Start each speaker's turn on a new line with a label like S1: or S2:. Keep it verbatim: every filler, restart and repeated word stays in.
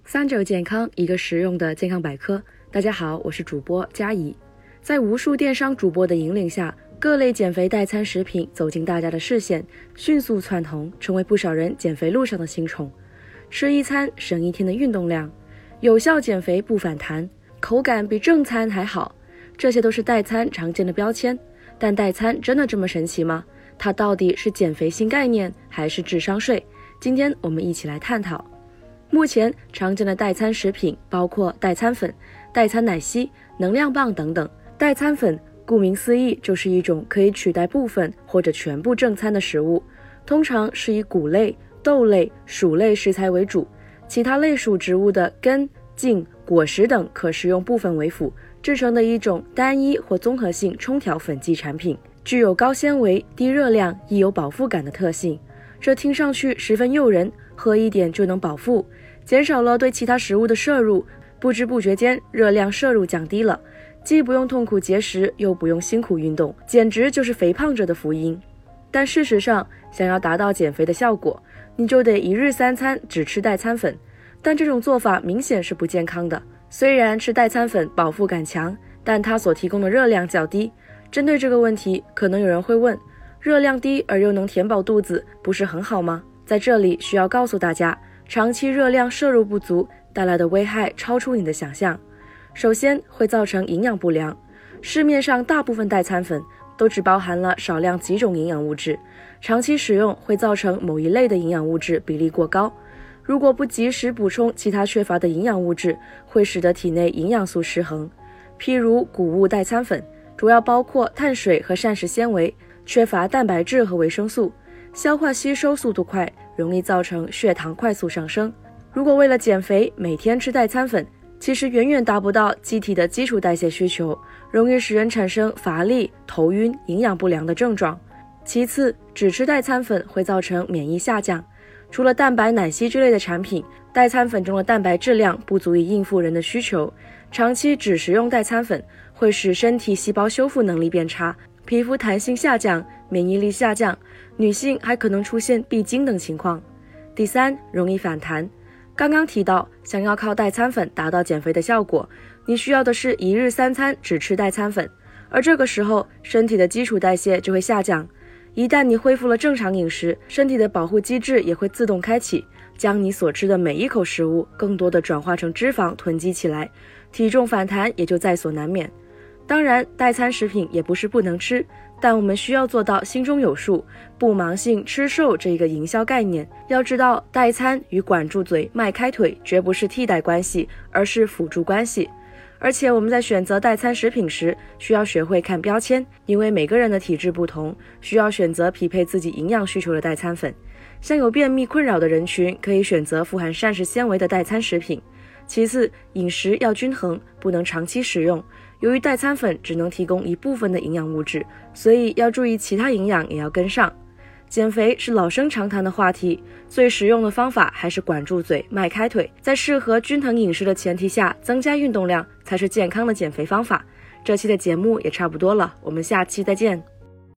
S1: 三九健康，一个实用的健康百科。大家好，我是主播佳怡。在无数电商主播的引领下，各类减肥代餐食品走进大家的视线，迅速窜红，成为不少人减肥路上的新宠。吃一餐省一天的运动量，有效减肥不反弹，口感比正餐还好，这些都是代餐常见的标签。但代餐真的这么神奇吗？它到底是减肥新概念，还是智商税？今天我们一起来探讨。目前常见的代餐食品包括代餐粉、代餐奶昔、能量棒等等。代餐粉顾名思义，就是一种可以取代部分或者全部正餐的食物，通常是以谷类、豆类、薯类食材为主，其他类属植物的根、茎、果实等可食用部分为辅，制成的一种单一或综合性冲调粉剂产品，具有高纤维、低热量、易有饱腹感的特性。这听上去十分诱人，喝一点就能饱腹，减少了对其他食物的摄入，不知不觉间热量摄入降低了，既不用痛苦节食，又不用辛苦运动，简直就是肥胖者的福音。但事实上，想要达到减肥的效果，你就得一日三餐只吃代餐粉，但这种做法明显是不健康的。虽然吃代餐粉饱腹感强，但它所提供的热量较低。针对这个问题，可能有人会问，热量低而又能填饱肚子，不是很好吗？在这里需要告诉大家，长期热量摄入不足带来的危害超出你的想象。首先会造成营养不良，市面上大部分代餐粉都只包含了少量几种营养物质，长期使用会造成某一类的营养物质比例过高，如果不及时补充其他缺乏的营养物质，会使得体内营养素失衡。譬如谷物代餐粉主要包括碳水和膳食纤维，缺乏蛋白质和维生素，消化吸收速度快，容易造成血糖快速上升。如果为了减肥每天吃代餐粉，其实远远达不到机体的基础代谢需求，容易使人产生乏力、头晕、营养不良的症状。其次，只吃代餐粉会造成免疫下降。除了蛋白奶昔之类的产品，代餐粉中的蛋白质量不足以应付人的需求，长期只食用代餐粉会使身体细胞修复能力变差，皮肤弹性下降，免疫力下降，女性还可能出现闭经等情况。第三，容易反弹。刚刚提到，想要靠代餐粉达到减肥的效果，你需要的是一日三餐只吃代餐粉，而这个时候身体的基础代谢就会下降。一旦你恢复了正常饮食，身体的保护机制也会自动开启，将你所吃的每一口食物更多的转化成脂肪囤积起来，体重反弹也就在所难免。当然，代餐食品也不是不能吃，但我们需要做到心中有数，不盲信吃瘦这一个营销概念。要知道，代餐与管住嘴、迈开腿绝不是替代关系，而是辅助关系。而且我们在选择代餐食品时，需要学会看标签，因为每个人的体质不同，需要选择匹配自己营养需求的代餐粉。像有便秘困扰的人群，可以选择富含膳食纤维的代餐食品。其次，饮食要均衡，不能长期食用。由于代餐粉只能提供一部分的营养物质，所以要注意其他营养也要跟上。减肥是老生常谈的话题，最实用的方法还是管住嘴、迈开腿，在适合均衡饮食的前提下，增加运动量才是健康的减肥方法。这期的节目也差不多了，我们下期再见。